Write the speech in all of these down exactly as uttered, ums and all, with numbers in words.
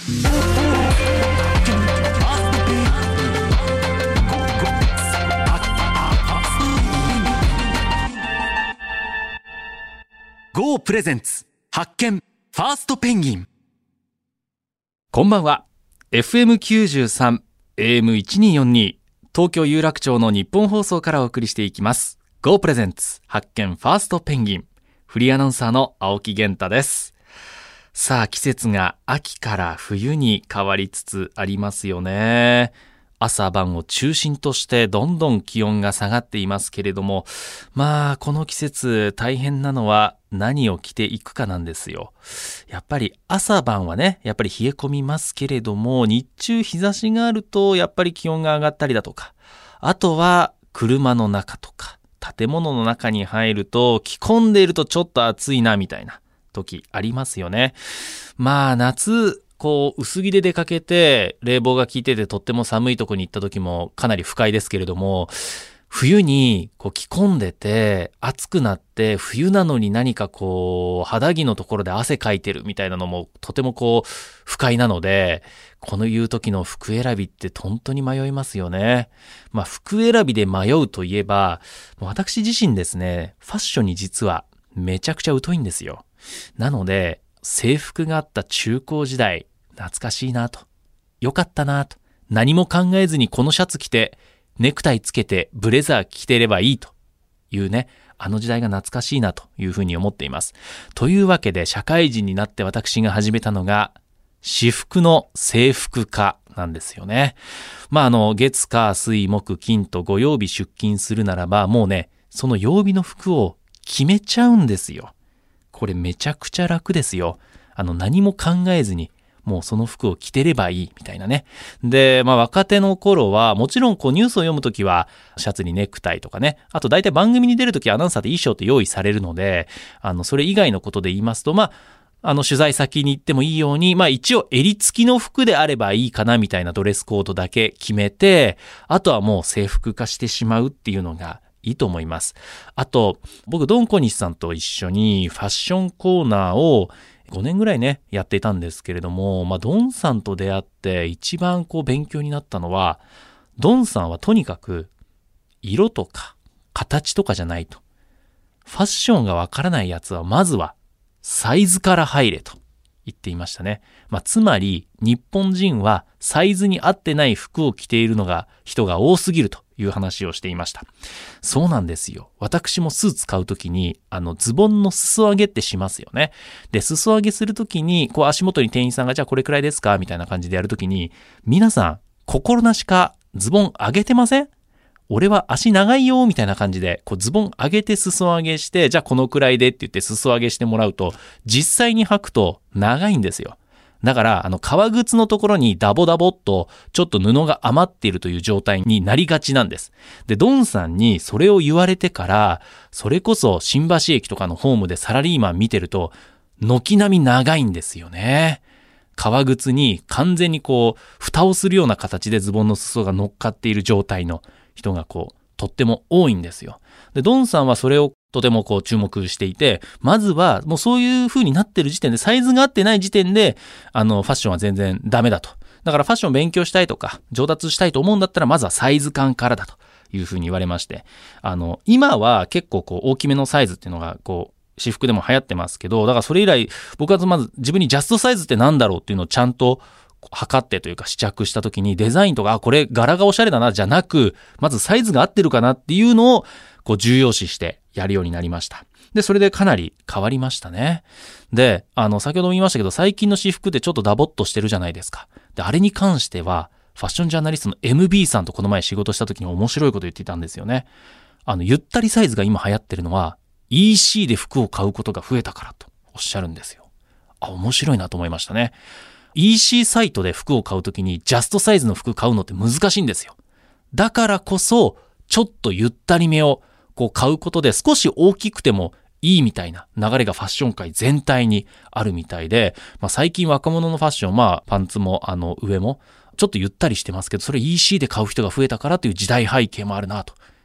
ゴープレゼンツ発見ファーストペンギン。 こんばんは。 エフエムきゅうじゅうさん エーエムせんにひゃくよんじゅうに 東京有楽町の日本放送からお送りしていきます。ゴープレゼンツ発見ファーストペンギン。フリーアナウンサーの青木源太です。さあ、季節が秋から冬に変わりつつありますよね。朝晩を中心としてどんどん気温が下がっていますけれども、まあこの季節大変なのは何を着ていくかなんですよ。やっぱり朝晩はね、やっぱり冷え込みますけれども、日中日差しがあるとやっぱり気温が上がったりだとか、あとは車の中とか建物の中に入ると着込んでいるとちょっと暑いなみたいな時ありますよね。まあ夏こう薄着で出かけて冷房が効いててとっても寒いとこに行った時もかなり不快ですけれども、冬にこう着込んでて暑くなって冬なのに何かこう肌着のところで汗かいてるみたいなのもとてもこう不快なので、このいう時の服選びって本当に迷いますよね。まあ服選びで迷うといえば、私自身ですね、ファッションに実はめちゃくちゃ疎いんですよ。なので制服があった中高時代懐かしいなと、よかったなと、何も考えずにこのシャツ着てネクタイつけてブレザー着てればいいというね、あの時代が懐かしいなというふうに思っています。というわけで社会人になって私が始めたのが私服の制服化なんですよね。まああの月火水木金とご曜日出勤するならば、もうねその曜日の服を決めちゃうんですよ。これめちゃくちゃ楽ですよ。あの何も考えずにもうその服を着てればいいみたいなね。で、まあ若手の頃はもちろんこうニュースを読むときはシャツにネクタイとかね、あと大体番組に出るときアナウンサーで衣装って用意されるので、あのそれ以外のことで言いますと、まああの取材先に行ってもいいように、まあ一応襟付きの服であればいいかなみたいなドレスコードだけ決めて、あとはもう制服化してしまうっていうのがいいと思います。あと僕ドン小西さんと一緒にファッションコーナーをごねんぐらいねやっていたんですけれども、まあドンさんと出会って一番こう勉強になったのは、ドンさんはとにかく色とか形とかじゃないと、ファッションがわからないやつはまずはサイズから入れと言っていましたね。まあつまり日本人はサイズに合ってない服を着ているのが人が多すぎるという話をしていました。そうなんですよ。私もスーツ買うときにあのズボンの裾上げってしますよね。で裾上げするときにこう足元に店員さんがじゃあこれくらいですかみたいな感じでやるときに、皆さん心なしかズボン上げてません？俺は足長いよみたいな感じでこうズボン上げて裾上げして、じゃあこのくらいでって言って裾上げしてもらうと実際に履くと長いんですよ。だからあの革靴のところにダボダボっとちょっと布が余っているという状態になりがちなんです。でドンさんにそれを言われてから、それこそ新橋駅とかのホームでサラリーマン見てると軒並み長いんですよね。革靴に完全にこう蓋をするような形でズボンの裾が乗っかっている状態の人がこうとっても多いんですよ。でドンさんはそれをとてもこう注目していて、まずはもうそういう風になってる時点で、サイズが合ってない時点であのファッションは全然ダメだと。だからファッションを勉強したいとか上達したいと思うんだったらまずはサイズ感からだという風に言われまして、あの今は結構こう大きめのサイズっていうのがこう私服でも流行ってますけど、だからそれ以来僕はまず自分にジャストサイズってなんだろうっていうのをちゃんと測ってというか試着した時に、デザインとかあこれ柄がおしゃれだなじゃなく、まずサイズが合ってるかなっていうのをこう重要視してやるようになりました。でそれでかなり変わりましたね。であの先ほども言いましたけど、最近の私服ってちょっとダボっとしてるじゃないですか。であれに関してはファッションジャーナリストの エムビー さんとこの前仕事した時に面白いこと言っていたんですよね。あのゆったりサイズが今流行ってるのは イーシー で服を買うことが増えたからとおっしゃるんですよ。あ面白いなと思いましたね。イーシー サイトで服を買うときにジャストサイズの服買うのって難しいんですよ。だからこそちょっとゆったりめをこう買うことで少し大きくてもいいみたいな流れがファッション界全体にあるみたいで、まあ、最近若者のファッション、まあパンツもあの上もちょっとゆったりしてますけど、それ イーシー で買う人が増えたからという時代背景もあるなと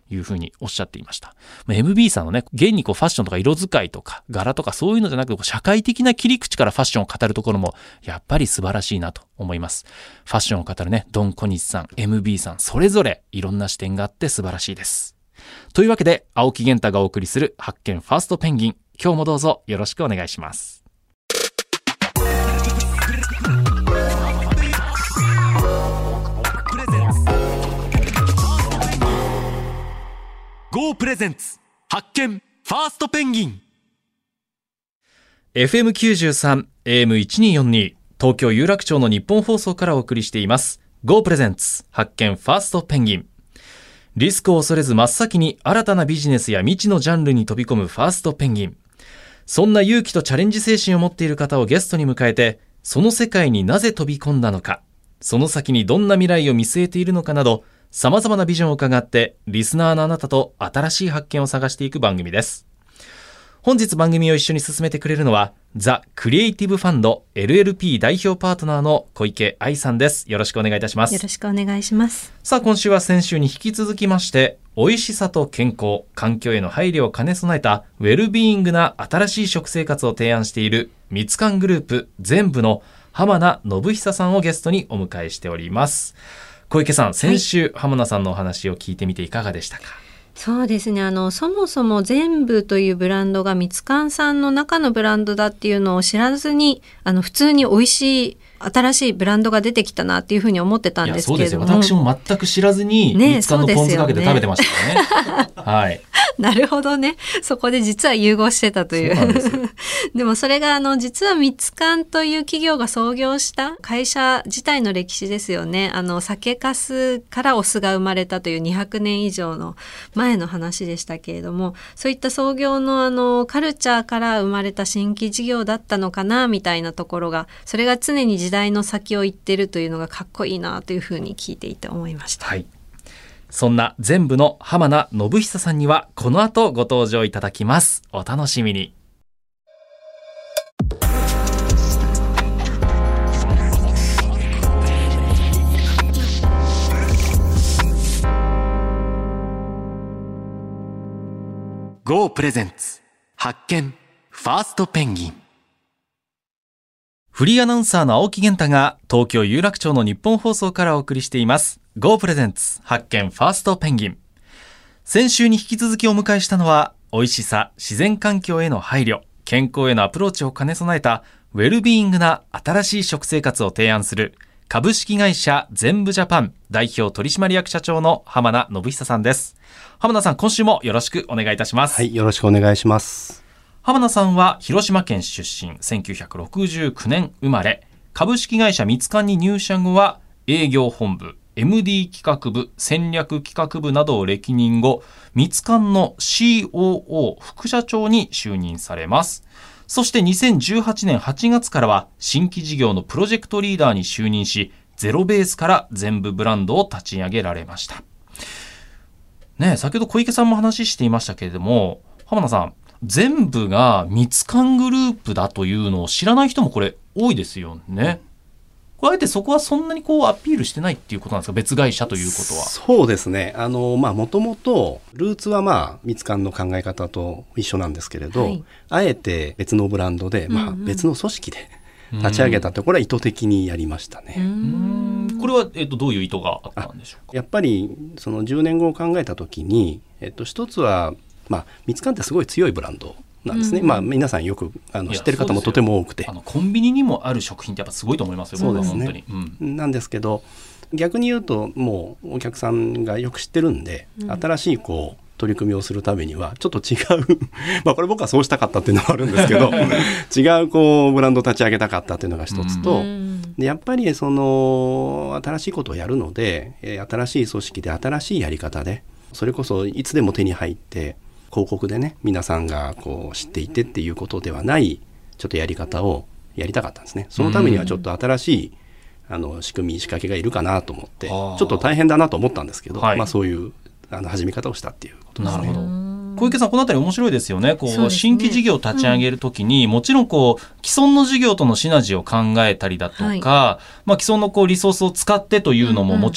いうふうにおっしゃっていました。まあ、エムビー さんのね、現にこうファッションとか色使いとか柄とかそういうのじゃなくて、社会的な切り口からファッションを語るところもやっぱり素晴らしいなと思います。ファッションを語るね、ドン小西さん、エムビー さん、それぞれいろんな視点があって素晴らしいです。というわけで、青木源太がお送りする発見ファーストペンギン、今日もどうぞよろしくお願いします。 ゴープレゼンツ発見ファーストペンギン。 エフエムきゅうじゅうさん エーエムせんにひゃくよんじゅうに 東京有楽町の日本放送からお送りしています ゴープレゼンツ発見ファーストペンギン。リスクを恐れず真っ先に新たなビジネスや未知のジャンルに飛び込むファーストペンギン。そんな勇気とチャレンジ精神を持っている方をゲストに迎えて、その世界になぜ飛び込んだのか、その先にどんな未来を見据えているのかなど、様々なビジョンを伺ってリスナーのあなたと新しい発見を探していく番組です。本日番組を一緒に進めてくれるのはザ・クリエイティブファンド エルエルピー 代表パートナーの小池愛さんです。よろしくお願いいたします。 よろしくお願いします。 さあ、今週は先週に引き続きまして、美味しさと健康、環境への配慮を兼ね備えたウェルビーイングな新しい食生活を提案しているミツカングループ全部の浜名信久さんをゲストにお迎えしております。小池さん、先週、はい、浜名さんのお話を聞いてみていかがでしたか？ そうですね、あのそもそも全部というブランドがミツカンさんの中のブランドだっていうのを知らずに、あの普通に美味しい新しいブランドが出てきたなっていうふうに思ってたんですけれども。 いや、そうですよ。私も全く知らずに、ね、ミツカンのポン酢かけて食べてましたよね。はい。 なるほどね。そこで実は融合してたという。 そうなんですよ。 でもそれがあの実はミツカンという企業が創業した会社自体の歴史ですよね。あの酒粕からお酢が生まれたというにひゃくねん以上の前の話でしたけれども、そういった創業のあのカルチャーから生まれた新規事業だったのかなみたいなところが、それが常に時代の先を行ってるというのがかっこいいなというふうに聞いていて思いました。 はい。そんな全部の浜名信久さんにはこの後ご登場いただきます。お楽しみに。 ゴープレゼンツ発見ファーストペンギン。 フリーアナウンサーの青木源太が東京有楽町の日本放送からお送りしています Go プレゼンツ発見ファーストペンギン。先週に引き続きお迎えしたのは、美味しさ、自然環境への配慮、健康へのアプローチを兼ね備えたウェルビーイングな新しい食生活を提案する株式会社全部ジャパン代表取締役社長の浜名信久さんです。浜名さん、今週もよろしくお願いいたします。 はい、よろしくお願いします。 浜名さんは広島県出身、せんきゅうひゃくろくじゅうきゅうねん生まれ、株式会社ミツカンに入社後は営業本部、エムディー 企画部、戦略企画部などを歴任後、ミツカンの シーオーオー 副社長に就任されます。そしてにせんじゅうはちねんはちがつからは新規事業のプロジェクトリーダーに就任し、ゼロベースから全部ブランドを立ち上げられました。ねえ、先ほど小池さんも話していましたけれども、浜名さん、全部がミツカングループだというのを知らない人もこれ多いですよね。これあえてそこはそんなにこうアピールしてないっていうことなんですか、別会社ということは。 そうですね、あのまあもともとルーツはまあミツカンの考え方と一緒なんですけれど、はい、あえて別のブランドで、まあ、別の組織で立ち上げたって、これは意図的にやりましたね。 うーん、これは、えっと、どういう意図があったんでしょうか。 やっぱりそのじゅうねんごを考えたときに、えっと、一つはまあ、ミツカンってすごい強いブランドなんですね。うん、まあ、皆さんよくあの知ってる方もとても多くて、 あのコンビニにもある食品ってやっぱすごいと思いますよ。 そうですね、 本当に、うん、 なんですけど、逆に言うともうお客さんがよく知ってるんで、うん、新しいこう取り組みをするためにはちょっと違うまあこれ僕はそうしたかったっていうのはあるんですけど違うこうブランドを立ち上げたかったっていうのが一つと、うん、でやっぱりその新しいことをやるので、新しい組織で新しいやり方で、それこそいつでも手に入って広告でね、皆さんがこう知っていてっていうことではないちょっとやり方をやりたかったんですね。そのためにはちょっと新しいあの仕組み仕掛けがいるかなと思って、ちょっと大変だなと思ったんですけど、はい、まあ、そういうあの始め方をしたっていうことですね。 なるほど。小池さん、このあたり面白いですよね。こう、ね、新規事業を立ち上げるときに、うん、もちろんこう既存の事業とのシナジーを考えたりだとか、はい、まあ、既存のこうリソースを使ってというのももちろん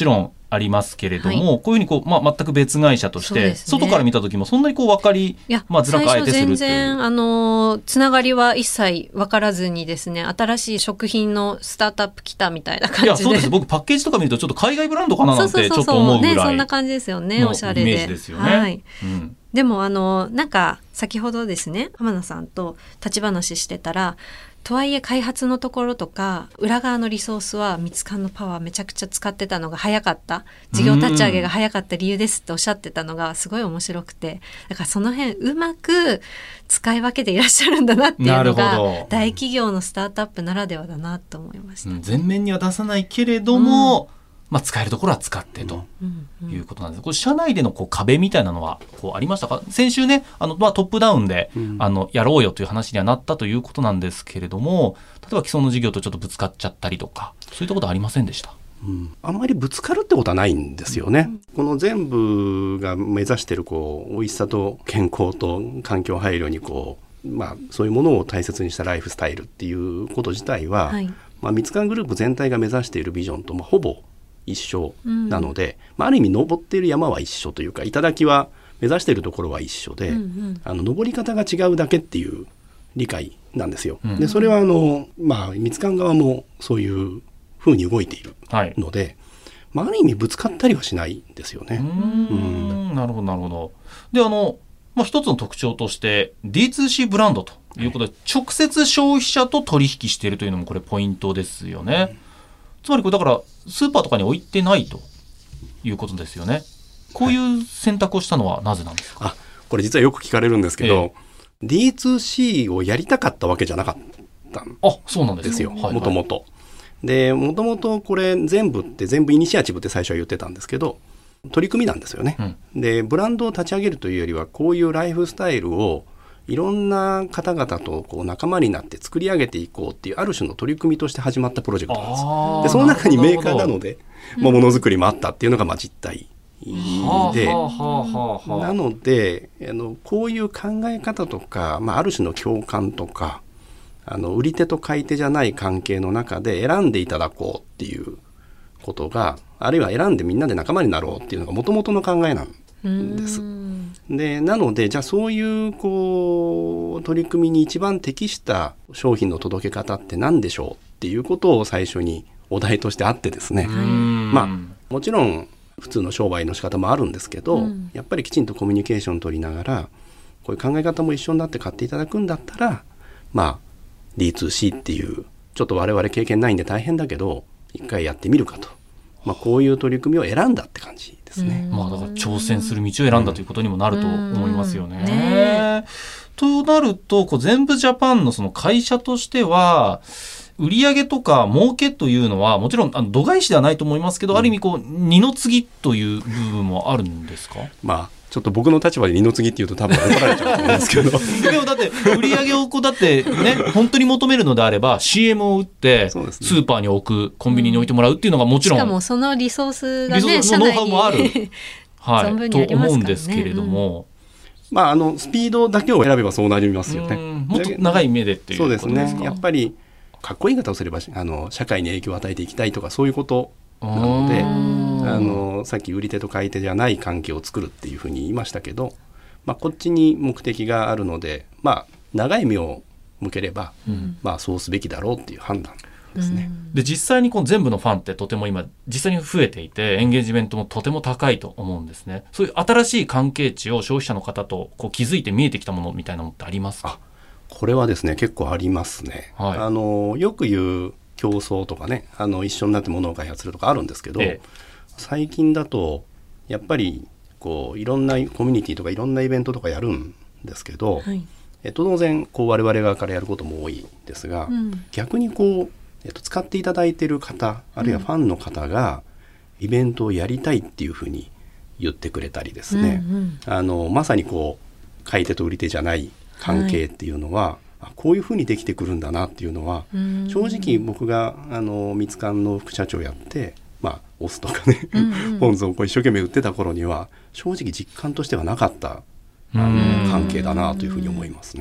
ありますけれども、 はい、 こういうふうにこう、まあ、全く別会社として、ね、外から見た時もそんなにこう分かり、まあ、づらくあえてするっていう。 最初全然あのつながりは一切分からずにですね、新しい食品のスタートアップ来たみたいな感じで。いやそうです。僕パッケージとか見るとちょっと海外ブランドかななんてちょっと思うぐらいの、 ね、そんな感じですよね。おしゃれでイメージですよね。 はい、うん、でもあのなんか先ほどですね、浜名さんと立ち話してたら、とはいえ開発のところとか裏側のリソースはミツカンのパワーめちゃくちゃ使ってたのが早かった、事業立ち上げが早かった理由ですっておっしゃってたのがすごい面白くて、だからその辺うまく使い分けていらっしゃるんだなっていうのが大企業のスタートアップならではだなと思いました、 うん、全面には出さないけれども、うんまあ、使えるところは使ってということなんです。これ社内でのこう壁みたいなのはこうありましたか？先週ね、あの、まあ、トップダウンで、うん、あのやろうよという話にはなったということなんですけれども、例えば既存の事業とちょっとぶつかっちゃったりとか、そういったことはありませんでした？ うん、あんまりぶつかるってことはないんですよね、うん、この全部が目指しているこう美味しさと健康と環境配慮にこう、まあ、そういうものを大切にしたライフスタイルっていうこと自体は、はいまあ、ミツカングループ全体が目指しているビジョンと、まあ、ほぼ一緒なので、うんまあ、ある意味登っている山は一緒というか、頂は目指しているところは一緒で、うんうん、あの登り方が違うだけっていう理解なんですよ、うん、でそれはあの、まあ、ミツカン側もそういう風に動いているので、はいまあ、ある意味ぶつかったりはしないんですよね。 うーん、うん、なるほどなるほど。であの、まあ、一つの特徴として ディーツーシー ブランドということで、はい、直接消費者と取引しているというのもこれポイントですよね、うん、つまりこれだからスーパーとかに置いてないということですよね。こういう選択をしたのはなぜなんですか？ あ、これ実はよく聞かれるんですけど、えー、ディーツーシー をやりたかったわけじゃなかったんですよ。 あ、そうなんですよ。 もともと。で、もともとこれ全部って全部イニシアチブって最初は言ってたんですけど、取り組みなんですよね、うん、でブランドを立ち上げるというよりは、こういうライフスタイルをいろんな方々とこう仲間になって作り上げていこうっていう、ある種の取り組みとして始まったプロジェクトなんです。でその中にメーカーなので、まあ、ものづくりもあったっていうのがまあ実態で、なのであのこういう考え方とか、まあ、ある種の共感とか、あの売り手と買い手じゃない関係の中で選んでいただこうっていうことが、あるいは選んでみんなで仲間になろうっていうのがもともとの考えなんです。でなので、じゃあそういうこう取り組みに一番適した商品の届け方って何でしょうっていうことを最初にお題としてあってですね、まあもちろん普通の商売の仕方もあるんですけど、うん、やっぱりきちんとコミュニケーション取りながら、こういう考え方も一緒になって買っていただくんだったら、まあ ディーツーシー っていうちょっと我々経験ないんで大変だけど一回やってみるかと、まあ、こういう取り組みを選んだって感じですね。 まあ、だから挑戦する道を選んだということにもなると思いますよね。ねとなると、こう全部ジャパンのその会社としては売上とか儲けというのはもちろんあの度外視ではないと思いますけど、うん、ある意味こう二の次という部分もあるんですか？ まあちょっと僕の立場で二の次っていうと多分怒られちゃうと思うんですけどでもだって売上をこうだってね本当に求めるのであれば シーエム を打ってスーパーに置く、コンビニに置いてもらうっていうのがもちろん、 しかもそのリソースがね、 リソースのノウハウもあるはい、と思うんですけれども、 うん、まああのスピードだけを選べばそうなりますよね。 もっと長い目でっていうことですか？ そうですね。やっぱりかっこいい言い方をすればあの社会に影響を与えていきたいとかそういうことなので、あのさっき売り手と買い手じゃない関係を作るっていうふうに言いましたけど、まあ、こっちに目的があるので、まあ、長い目を向ければ、うんまあ、そうすべきだろうっていう判断ですね。 で実際にこの全部のファンってとても今実際に増えていて、エンゲージメントもとても高いと思うんですね。そういう新しい関係値を消費者の方とこう気づいて見えてきたものみたいなのってありますか？ これはですね結構ありますね、はい、あのよく言う競争とかね、あの一緒になってものを開発するとかあるんですけど、ええ、最近だとやっぱりこういろんなコミュニティとかいろんなイベントとかやるんですけど、はい、えっと、当然こう我々側からやることも多いですが、うん、逆にこう、えっと、使っていただいている方あるいはファンの方がイベントをやりたいっていうふうに言ってくれたりですね、うんうん、あのまさにこう買い手と売り手じゃない関係っていうのは、はい、こういうふうにできてくるんだなっていうのは、正直僕があのミツカンの副社長やって、まあ、オスとかね、うんうん、ポンズをこう一生懸命売ってた頃には正直実感としてはなかったあの関係だなというふうに思いますね。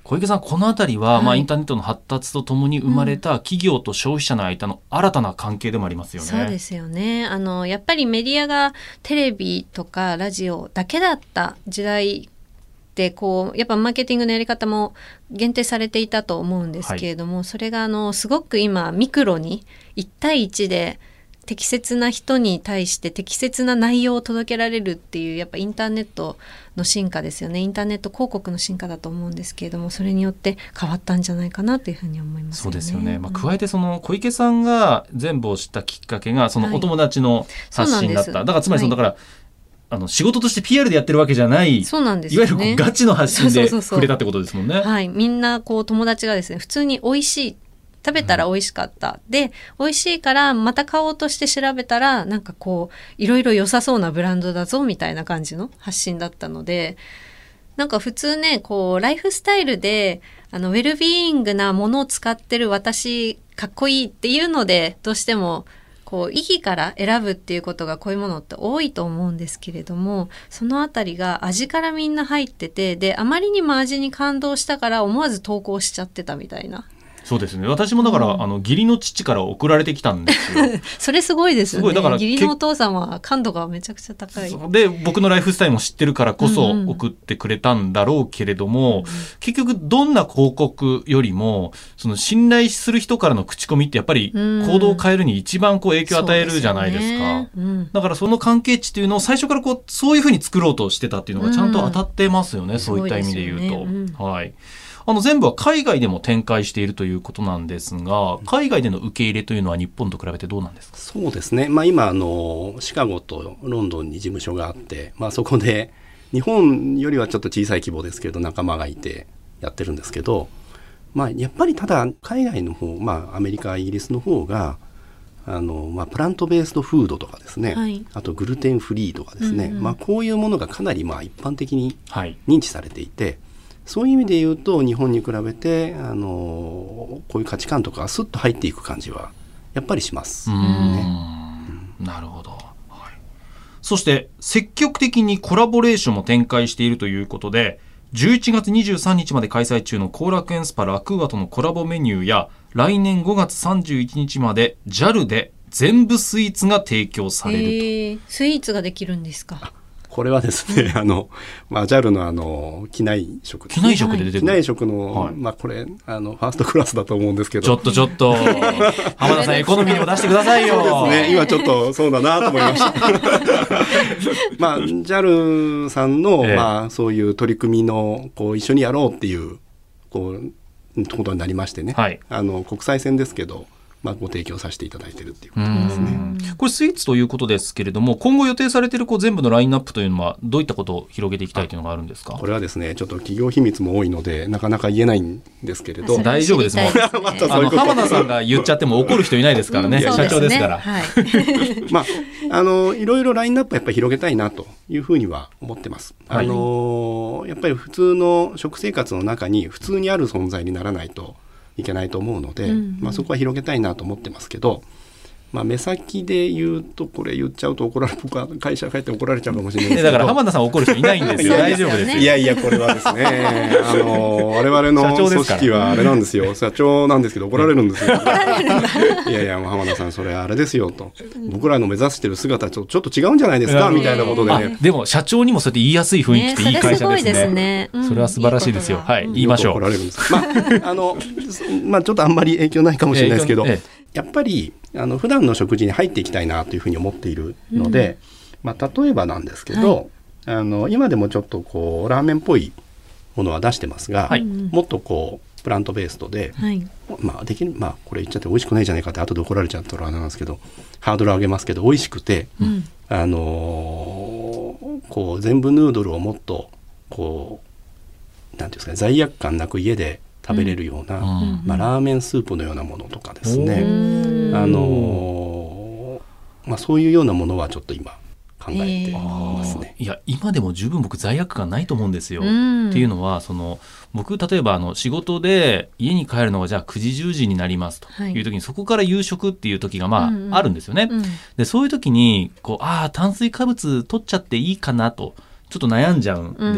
小池さん、このあたりは、 はい、 まあ、インターネットの発達とともに生まれた企業と消費者の間の新たな関係でもありますよね。 そうですよね。あのやっぱりメディアがテレビとかラジオだけだった時代で、こうやっぱマーケティングのやり方も限定されていたと思うんですけれども、はい、それがあのすごく今ミクロにいち対いちで適切な人に対して適切な内容を届けられるっていう、やっぱインターネットの進化ですよね。インターネット広告の進化だと思うんですけれども、それによって変わったんじゃないかなというふうに思いますよね。 そうですよね。まあ、加えてその小池さんが全部を知ったきっかけがそのお友達の発信だった、はい、だからつまりその、はい、だからあの仕事として ピーアール でやってるわけじゃない、 そうなんですよね、 いわゆるこうガチの発信で触れたってことですもんね。 そうそうそう、はい、みんなこう友達がですね、普通に美味しい、食べたら美味しかった、うん、で美味しいからまた買おうとして調べたら、なんかこういろいろ良さそうなブランドだぞみたいな感じの発信だったので、なんか普通ね、こうライフスタイルであのウェルビーイングなものを使ってる私かっこいいっていうので、どうしてもこう意義から選ぶっていうことがこういうものって多いと思うんですけれども、そのあたりが味からみんな入ってて、であまりにも味に感動したから思わず投稿しちゃってたみたいな。 そうですね。私もだから、うん、あの義理の父から送られてきたんですよ。 それすごいですよね。 すごいだから義理のお父さんは感度がめちゃくちゃ高い。 で僕のライフスタイルも知ってるからこそ送ってくれたんだろうけれども、うんうん、結局どんな広告よりもその信頼する人からの口コミってやっぱり行動を変えるに一番こう影響を与えるじゃないですか。 うん、そうですよね。うん、だからその関係値っていうのを最初からこうそういうふうに作ろうとしてたっていうのがちゃんと当たってますよね。うん、そういった意味で言うと、ね、うん、はい。あの全部は海外でも展開しているということなんですが、海外での受け入れというのは日本と比べてどうなんですか？ そうですね、まあ、今あのシカゴとロンドンに事務所があって、まあ、そこで日本よりはちょっと小さい規模ですけど仲間がいてやってるんですけど、まあ、やっぱりただ海外の方、まあ、アメリカイギリスの方があの、まあ、プラントベースドフードとかですね、はい、あとグルテンフリーとかですね、うんうん、まあ、こういうものがかなりまあ一般的に認知されていて、はい、そういう意味で言うと日本に比べてあのこういう価値観とかスッと入っていく感じはやっぱりします、ね、 うん、なるほど、はい、そして積極的にコラボレーションも展開しているということで、じゅういちがつにじゅうさんにちまで開催中の後楽園スパラクーアとのコラボメニューや、来年ごがつさんじゅういちにちまで ジャル で全部スイーツが提供されると。えー、スイーツができるんですか？ これはですね、あの、まあ、ジャル のあの、機内食です、 ね。機内食で出てくる。 機内食の、はい、まあ、これ、あの、ファーストクラスだと思うんですけど。 ちょっとちょっと、浜田さん、エコノミーにも出してくださいよ。 そうですね、今ちょっとそうだなと思いました。まあ、ジャル さんの、ええ、まあ、そういう取り組みの、こう、一緒にやろうっていう、こう、ことになりましてね。はい、あの、国際線ですけど、まあ、ご提供させていただいているということですね。 これスイーツということですけれども、今後予定されているこう全部のラインナップというのはどういったことを広げていきたいというのがあるんですか？ これはですね、ちょっと企業秘密も多いのでなかなか言えないんですけれど、 大丈夫ですもん。またあの浜田さんが言っちゃっても怒る人いないですからね、うん、社長ですから、はい、 まあ、あのいろいろラインナップやっぱり広げたいなというふうには思ってます、はい、あのやっぱり普通の食生活の中に普通にある存在にならないといけないと思うので、うんうん、まあ、そこは広げたいなと思ってますけど、まあ、目先で言うとこれ言っちゃうと怒られ僕は会社帰って怒られちゃうかもしれないですけど、 だから浜田さん怒る人いないんですよ。大丈夫ですよ。 いやいや、これはですね、あの我々の組織はあれなんですよ、社長なんですけど怒られるんですよ。いやいや、もう浜田さんそれあれですよと、僕らの目指してる姿ちょ、ちょっと違うんじゃないですか、みたいなことでね。 でも社長にもそうやって言いやすい雰囲気っていい会社ですね。ね、それすごいですね、うん、それは素晴らしいですよ。はい、言いましょう。怒られるんです。まああのまあ、ちょっとあんまり影響ないかもしれないですけど、ええ、やっぱりあの普段の食事に入っていきたいなというふうに思っているので、うん、まあ、例えばなんですけど、はい、あの今でもちょっとこうラーメンっぽいものは出してますが、はい、もっとこうプラントベーストで、はい、まあ、できる、まあ、これ言っちゃって美味しくないじゃないかって後で怒られちゃったらあれなんですけど、ハードル上げますけど美味しくて、うん、あのー、こう全部ヌードルをもっとこうなんていうんですかね、罪悪感なく家で食べれるような、うん、まあ、ラーメンスープのようなものとかですね、あのーまあ、そういうようなものはちょっと今考えてますね。 いや、今でも十分僕罪悪感ないと思うんですよ。っていうのはその僕例えばあの仕事で家に帰るのがじゃあくじじゅうじになりますという時に、はい、そこから夕食っていう時がまあ、うんうん、あるんですよね、うん、でそういう時にこうあ炭水化物取っちゃっていいかなとちょっと悩んじゃうんですよ、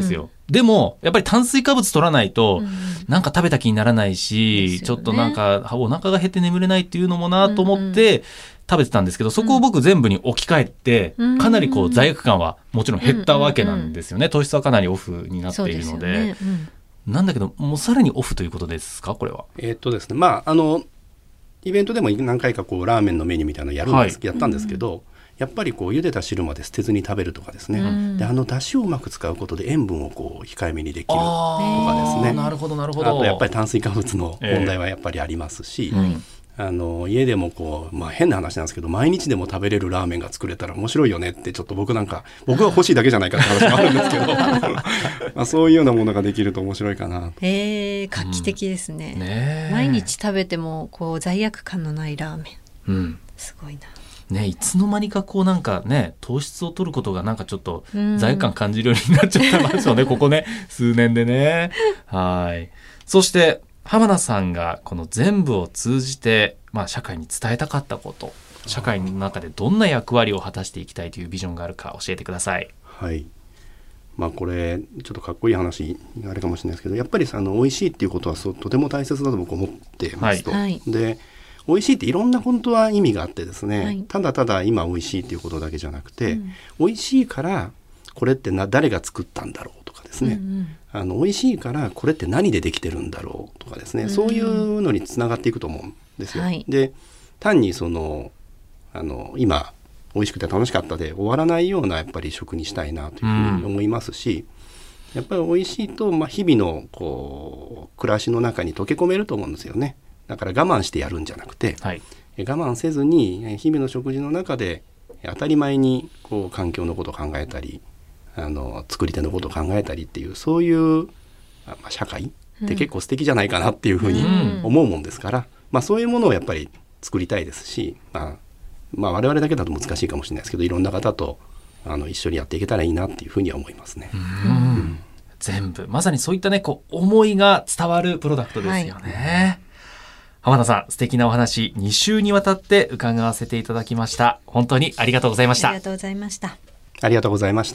でもやっぱり炭水化物取らないと、 うんなんか食べた気にならないし、 ですよねちょっとなんかお腹が減って眠れないっていうのもなと思って食べてたんですけど、そこを僕全部に置き換えて、 うんかなりこう罪悪感はもちろん減ったわけなんですよね。糖質はかなりオフになってそういるので、 ですよね。うんなんだけどもうさらにオフということですか、これは。 えーっとですねまああのイベントでも何回かこうラーメンのメニューみたいなのやるんです、 はいやったんですけど、やっぱりこう茹でた汁まで捨てずに食べるとかですね、 うんであの出汁をうまく使うことで塩分をこう控えめにできるとあかですね、 なるほどなるほあど。 とやっぱり炭水化物の問題はやっぱりありますし、 ええうんあの家でもこう、まあ、変な話なんですけど毎日でも食べれるラーメンが作れたら面白いよねってちょっと僕なんか僕が欲しいだけじゃないかって話もあるんですけどまあそういうようなものができると面白いかなと。 えー、画期的ですね。 ねえ毎日食べてもこう罪悪感のないラーメン、 うんすごいな。 ね、いつの間にかこうなんかね糖質を取ることがなんかちょっとうん罪悪感感じるようになっちゃったんですよねここね数年でね。はいそして浜名さんがこの全部を通じて、まあ、社会に伝えたかったこと、社会の中でどんな役割を果たしていきたいというビジョンがあるか教えてください。 はいまあこれちょっとかっこいい話があれかもしれないですけどやっぱりさあの美味しいっていうことはそうとても大切だと僕思ってますと、 はいはいで美味しいっていろんな本当は意味があってですね、 はいただただ今美味しいっていうことだけじゃなくて、 うん美味しいからこれってな誰が作ったんだろうとかですね、 うんうんあの美味しいからこれって何でできてるんだろうとかですね、 うんそういうのにつながっていくと思うんですよ。 はいで単にそのあの今美味しくて楽しかったで終わらないようなやっぱり食にしたいなというふうに思いますし、やっぱり美味しいと、まあ、日々のこう暮らしの中に溶け込めると思うんですよね。だから我慢してやるんじゃなくて、 はい我慢せずに日々の食事の中で当たり前にこう環境のことを考えたりあの作り手のことを考えたりっていうそういう、まあ、社会って結構素敵じゃないかなっていうふうにうん思うもんですから、まあ、そういうものをやっぱり作りたいですし、まあ、まあ我々だけだと難しいかもしれないですけどいろんな方とあの一緒にやっていけたらいいなっていうふうには思いますね。 うん全部まさにそういったねこう思いが伝わるプロダクトですよね。浜田さん素敵なお話に週にわたって伺わせていただきました。本当にありがとうございました。 ありがとうございました。 ありがとうございました。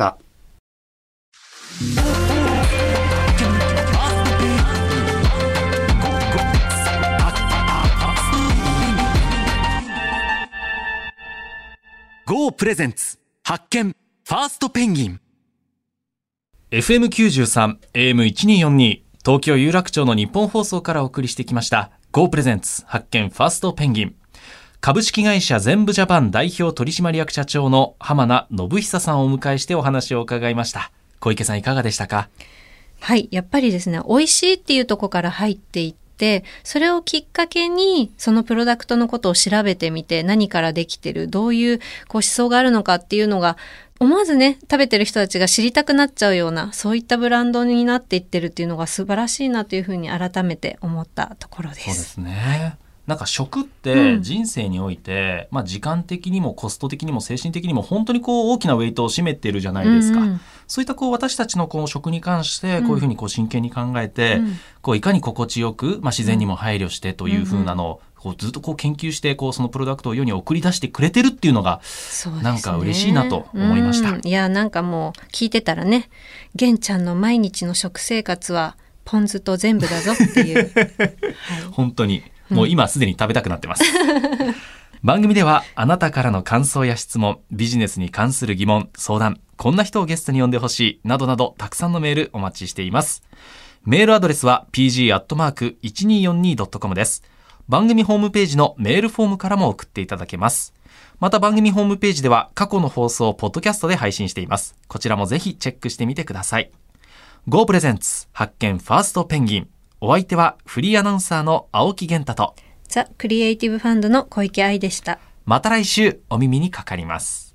ゴープレゼンツ発見ファーストペンギン。 エフエムきゅうじゅうさん エーエムせんにひゃくよんじゅうに 東京有楽町の日本放送からお送りしてきました Go プレゼンツ発見ファーストペンギン。株式会社全部ジャパン代表取締役社長の浜名信久さんをお迎えしてお話を伺いました。小池さんいかがでしたか？ はい、やっぱりですね、美味しいっていうところから入っていって、それをきっかけにそのプロダクトのことを調べてみて、何からできてる、どういうこう思想があるのかっていうのが思わずね、食べてる人たちが知りたくなっちゃうような、そういったブランドになっていってるっていうのが素晴らしいなというふうに改めて思ったところです。 そうですね。なんか食っうてん人生において、まあ、時間的にもコスト的にも精神的にも本当にこう大きなウェイトを占めているじゃないですか。 うんうんそういったこう私たちのこう食に関してこういうふうにこう真剣に考えて、 うんこういかに心地よく、まあ、自然にも配慮してというふうなのをこうずっとこう研究してこうそのプロダクトを世に送り出してくれてるっていうのがそうですね、 なんか嬉しいなと思いました。 うんいやなんかもう聞いてたらね、玄ちゃんの毎日の食生活はポン酢と全部だぞっていう、はい、 本当にもう今すでに食べたくなってます、番組ではあなたからの感想や質問、ビジネスに関する疑問、相談、こんな人をゲストに呼んでほしいなどなどたくさんのメールお待ちしています。メールアドレスは ピージー アットマーク いちにーよんにー ドットコム です。番組ホームページのメールフォームからも送っていただけます。また番組ホームページでは過去の放送をポッドキャストで配信しています。こちらもぜひチェックしてみてください。Go プレゼンツ発見ファーストペンギン。お相手はフリーアナウンサーの青木源太とザ・クリエイティブファンドの小池愛でした。 また来週お耳にかかります。